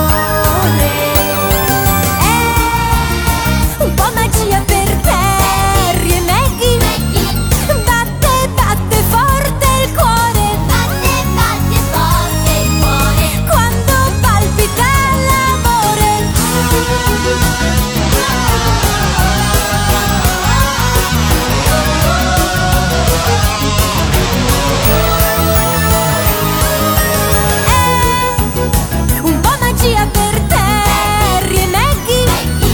Un po' magia per Terry e Maggie, batte, batte forte il cuore, batte, batte forte il cuore quando palpita l'amore. Un po' magia per Terry e Maggie,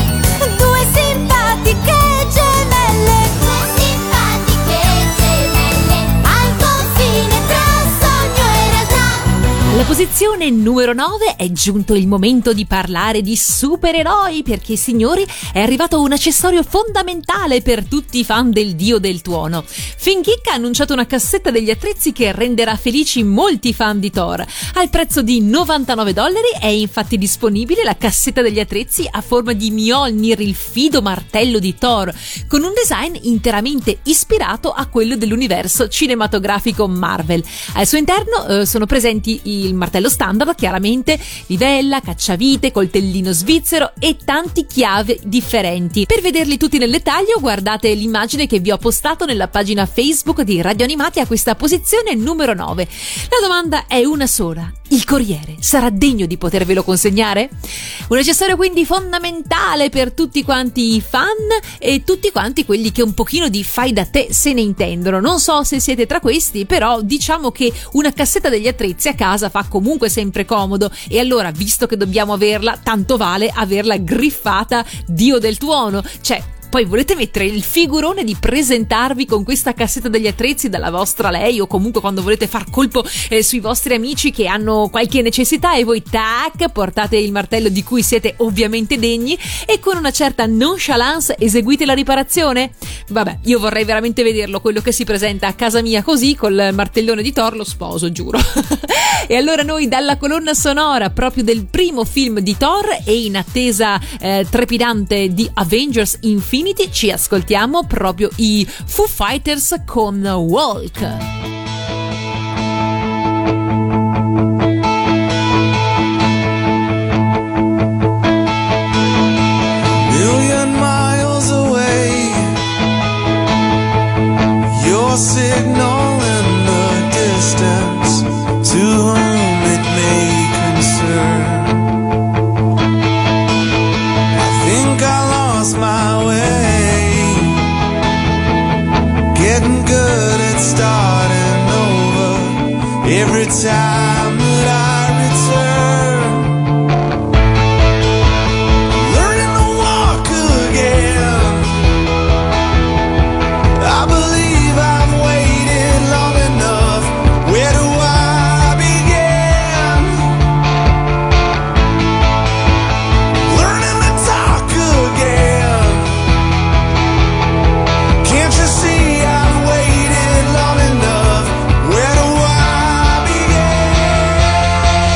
due simpatiche gemelle, due simpatiche gemelle al confine tra sogno e realtà. Alla posizione numero 9 è giunto il momento di parlare di supereroi, perché signori è arrivato un accessorio fondamentale per tutti i fan del dio del tuono. Finkick ha annunciato una cassetta degli attrezzi che renderà felici molti fan di Thor. Al prezzo di $99 è infatti disponibile la cassetta degli attrezzi a forma di Mjolnir, il fido martello di Thor, con un design interamente ispirato a quello dell'universo cinematografico Marvel. Al suo interno sono presenti il martello standard, chiaramente, livella, cacciavite, coltellino svizzero e tanti chiavi differenti. Per vederli tutti nel dettaglio guardate l'immagine che vi ho postato nella pagina Facebook di Radio Animati a questa posizione numero 9. La domanda è una sola: il corriere sarà degno di potervelo consegnare? Un accessorio quindi fondamentale per tutti quanti i fan e tutti quanti quelli che un pochino di fai da te se ne intendono. Non so se siete tra questi, però diciamo che una cassetta degli attrezzi a casa fa comunque sempre comodo, e allora, visto che dobbiamo averla, tanto vale averla griffata dio del tuono. Cioè, poi volete mettere il figurone di presentarvi con questa cassetta degli attrezzi dalla vostra lei, o comunque quando volete far colpo sui vostri amici che hanno qualche necessità, e voi tac portate il martello di cui siete ovviamente degni e con una certa nonchalance eseguite la riparazione? Vabbè, io vorrei veramente vederlo, quello che si presenta a casa mia così col martellone di Thor, lo sposo, giuro. E allora noi dalla colonna sonora proprio del primo film di Thor e in attesa trepidante di Avengers Infinity ci ascoltiamo proprio i Foo Fighters con Walk. Million miles away, your signal in the distance, to whom it may concern. I think I lost my way, getting good at starting over every time that I return. Learning to walk again, I believe I've waited long enough. Where do I begin? Learning to talk again. Can't you see I've waited long enough? Where do I begin?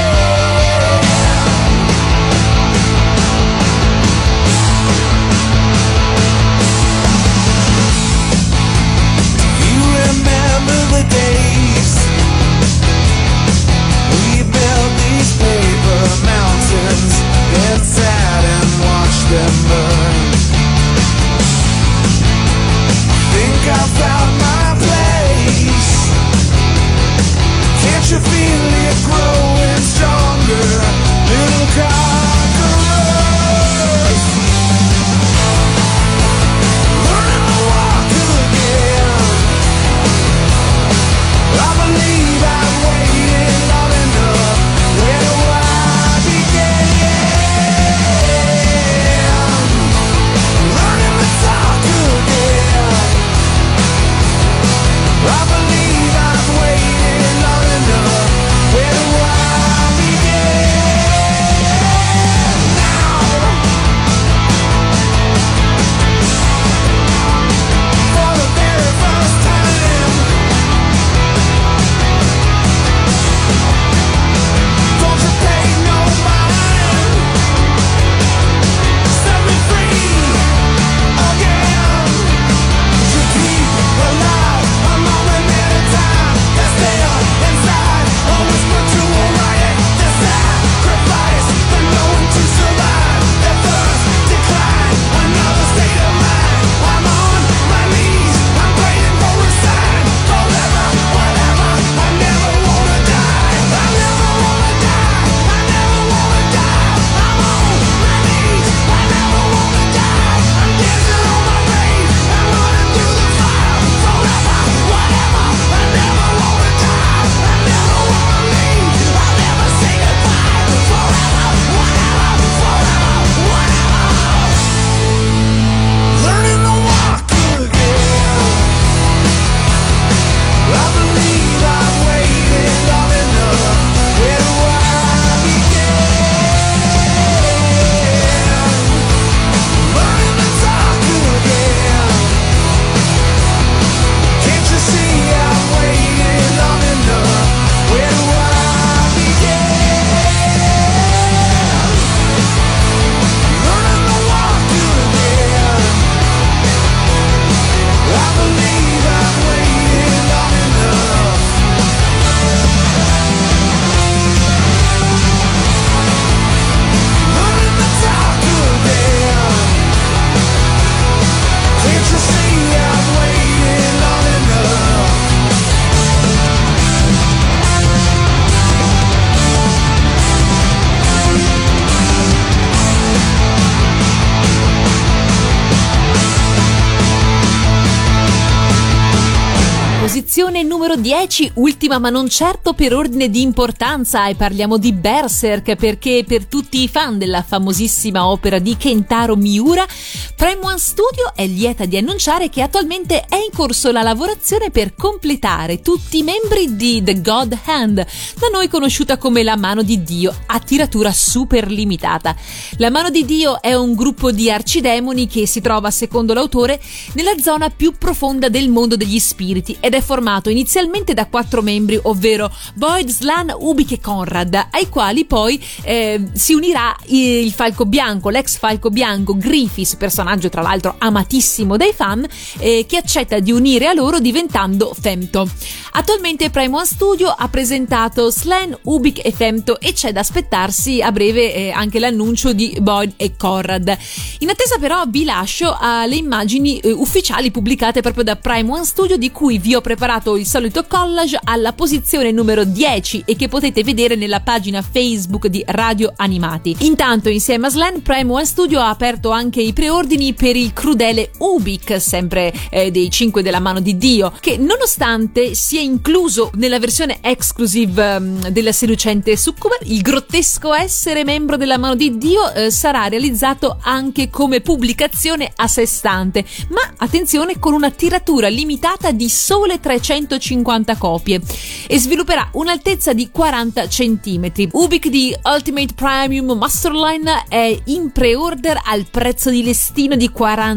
posizione numero 10, ultima ma non certo per ordine di importanza, e parliamo di Berserk, perché per tutti i fan della famosissima opera di Kentaro Miura, Prime One Studio è lieta di annunciare che attualmente è in corso la lavorazione per completare tutti i membri di The God Hand, da noi conosciuta come la mano di Dio, a tiratura super limitata. La mano di Dio è un gruppo di arcidemoni che si trova, secondo l'autore, nella zona più profonda del mondo degli spiriti ed è formato inizialmente da 4 membri, ovvero Boyd, Slan, Ubik e Conrad, ai quali poi si unirà il Falco Bianco, l'ex Falco Bianco Griffiths, personaggio tra l'altro amatissimo dai fan, che accetta di unire a loro diventando Femto. Attualmente Prime One Studio ha presentato Slan, Ubik e Femto e c'è da aspettarsi a breve anche l'annuncio di Boyd e Conrad. In attesa però vi lascio alle immagini ufficiali pubblicate proprio da Prime One Studio, di cui vi ho preparato il solito collage alla posizione numero 10 e che potete vedere nella pagina Facebook di Radio Animati. Intanto, insieme a Slan, Prime One Studio ha aperto anche i preordini per il crudele Ubik, sempre dei 5 della mano di Dio, che nonostante sia incluso nella versione exclusive della seducente succube, il grottesco essere membro della mano di Dio sarà realizzato anche come pubblicazione a sé stante, ma attenzione, con una tiratura limitata di sole 350 copie, e svilupperà un'altezza di 40 cm. Ubik di Ultimate Premium Masterline è in pre-order al prezzo di listino di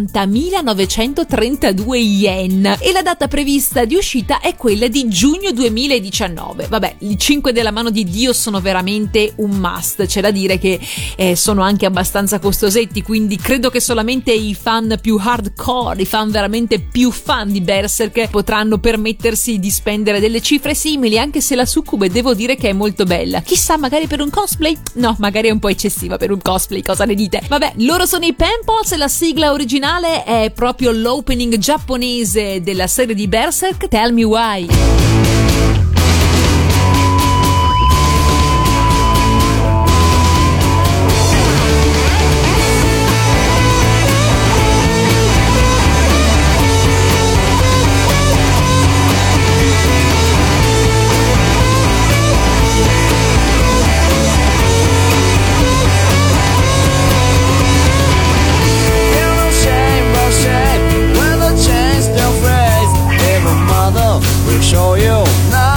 40.932 yen e la data prevista di uscita è quella di giugno 2019. Vabbè, i 5 della mano di Dio sono veramente un must, c'è da dire che sono anche abbastanza costosetti, quindi credo che solamente i fan più hardcore, i fan veramente più fan di Berserk potranno permettersi di spendere delle cifre simili, anche se la succube devo dire che è molto bella. Chissà, magari per un cosplay? No, magari è un po' eccessiva per un cosplay, cosa ne dite? Vabbè, loro sono i Penpals e la sigla originale è proprio l'opening giapponese della serie di Berserk, Tell Me Why. Show you now.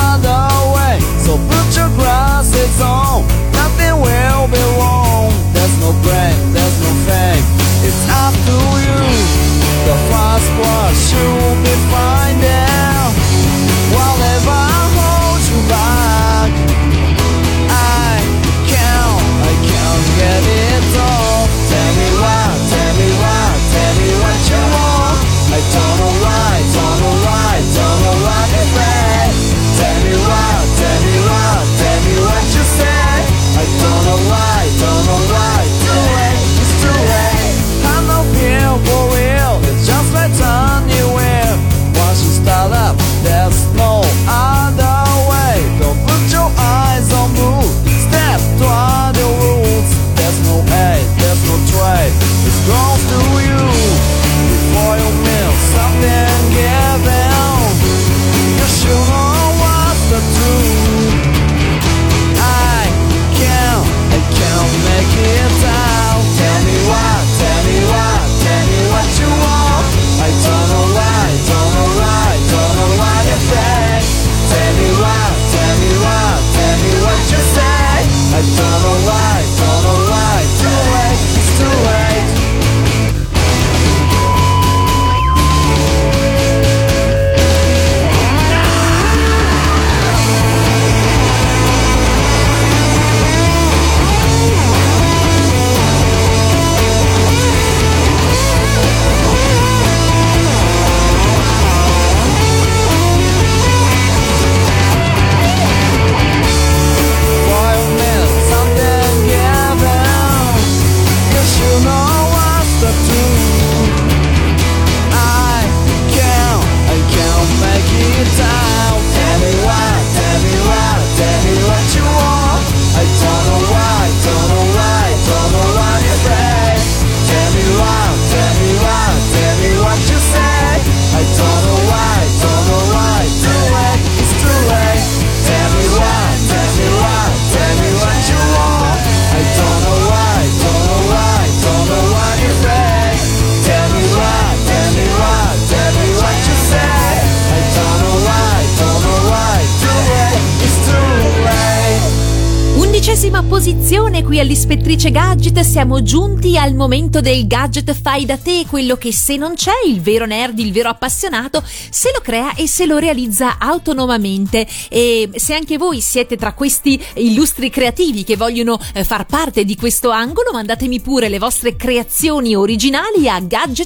13ª posizione qui all'Ispettrice Gadget. Siamo giunti al momento del gadget fai da te, quello che se non c'è il vero nerd, il vero appassionato se lo crea e se lo realizza autonomamente. E se anche voi siete tra questi illustri creativi che vogliono far parte di questo angolo, mandatemi pure le vostre creazioni originali a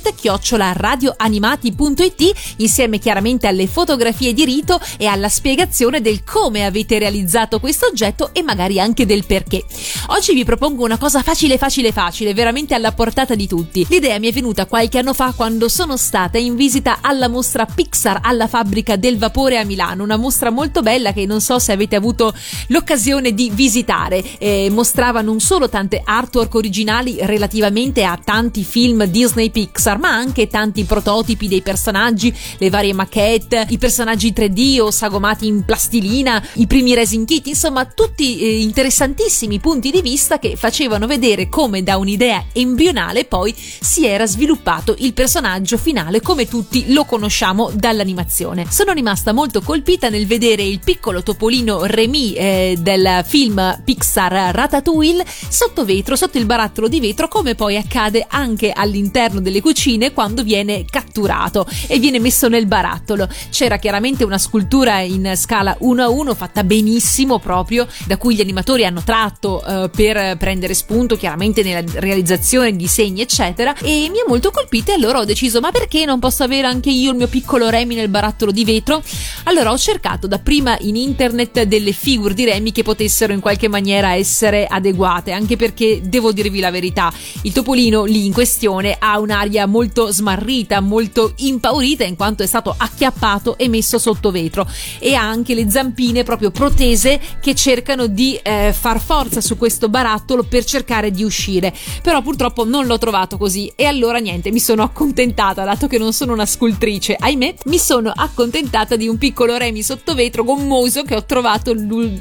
gadget@radioanimati.it insieme chiaramente alle fotografie di rito e alla spiegazione del come avete realizzato questo oggetto e magari anche del perché. Oggi vi propongo una cosa facile, veramente alla portata di tutti. L'idea mi è venuta qualche anno fa quando sono stata in visita alla mostra Pixar alla Fabbrica del Vapore a Milano, una mostra molto bella che non so se avete avuto l'occasione di visitare. Mostrava non solo tante artwork originali relativamente a tanti film Disney Pixar, ma anche tanti prototipi dei personaggi, le varie maquette, i personaggi 3D o sagomati in plastilina, i primi resin kit, insomma tutti interessantissimi punti di vista che facevano vedere come da un'idea embrionale poi si era sviluppato il personaggio finale come tutti lo conosciamo dall'animazione. Sono rimasta molto colpita nel vedere il piccolo topolino Remy del film Pixar Ratatouille sotto vetro, sotto il barattolo di vetro, come poi accade anche all'interno delle cucine quando viene catturato e viene messo nel barattolo. C'era chiaramente una scultura in scala 1:1 fatta benissimo, proprio da cui gli animatori hanno tratto per prendere spunto chiaramente nella realizzazione di disegni eccetera, e mi ha molto colpita e allora ho deciso: ma perché non posso avere anche io il mio piccolo Remy nel barattolo di vetro? Allora ho cercato dapprima in internet delle figure di Remy che potessero in qualche maniera essere adeguate, anche perché devo dirvi la verità, il topolino lì in questione ha un'aria molto smarrita, molto impaurita in quanto è stato acchiappato e messo sotto vetro, e ha anche le zampine proprio protese che cercano di far forza su questo barattolo per cercare di uscire. Però purtroppo non l'ho trovato così e allora niente, mi sono accontentata, dato che non sono una scultrice, ahimè, mi sono accontentata di un piccolo Remy sotto vetro gommoso che ho trovato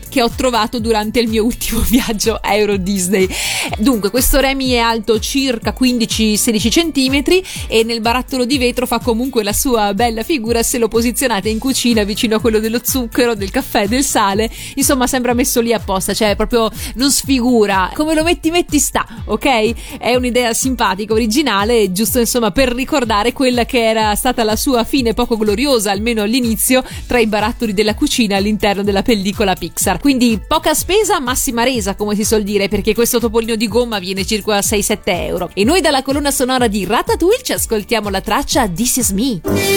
durante il mio ultimo viaggio a Euro Disney. Dunque questo Remy è alto circa 15-16 centimetri e nel barattolo di vetro fa comunque la sua bella figura se lo posizionate in cucina vicino a quello dello zucchero, del caffè, del sale, insomma sembra messo lì apposta, cioè proprio non sfigura, come lo metti sta, ok? È un'idea simpatica, originale, giusto insomma per ricordare quella che era stata la sua fine poco gloriosa, almeno all'inizio, tra i barattoli della cucina all'interno della pellicola Pixar. Quindi poca spesa, massima resa, come si suol dire, perché questo topolino di gomma viene circa 6-7 euro. E noi dalla colonna sonora di Ratatouille ci ascoltiamo la traccia This Is Me.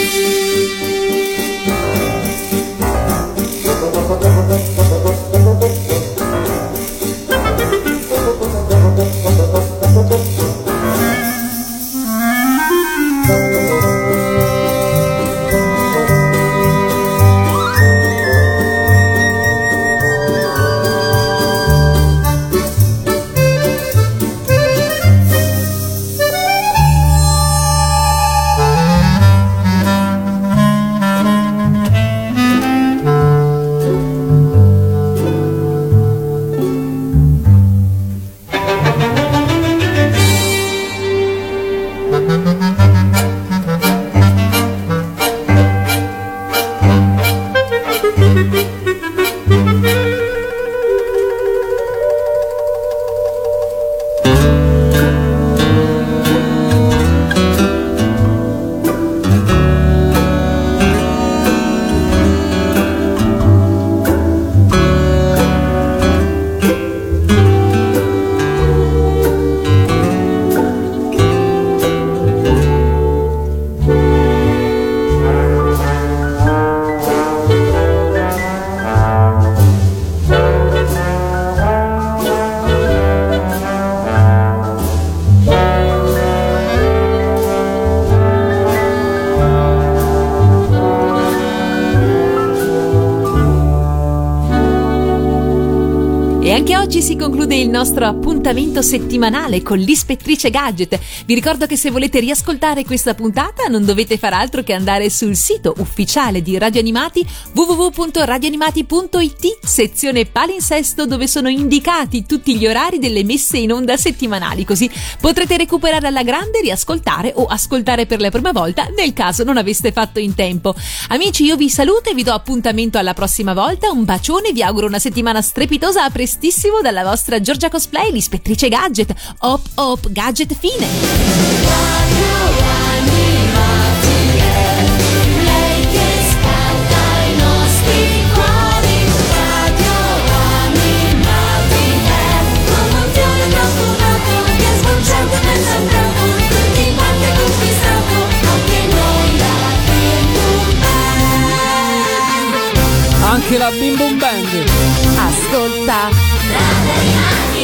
Anche oggi si conclude il nostro appuntamento settimanale con l'Ispettrice Gadget. Vi ricordo che se volete riascoltare questa puntata non dovete far altro che andare sul sito ufficiale di Radio Animati, www.radioanimati.it, sezione palinsesto, dove sono indicati tutti gli orari delle messe in onda settimanali, così potrete recuperare alla grande, riascoltare o ascoltare per la prima volta nel caso non aveste fatto in tempo. Amici, io vi saluto e vi do appuntamento alla prossima volta, un bacione, vi auguro una settimana strepitosa, a presto. prestissimo dalla vostra Giorgia Cosplay, l'ispettrice Gadget. Hop hop gadget fine. Lei che scalda i nostri cuori, Radio Animati è commozione profumato che svolgente nel sembrato, tutti quanti conquistato, anche noi la Bim Bum Band. Anche la Bim Bum Band. Ascolta Radio Animati.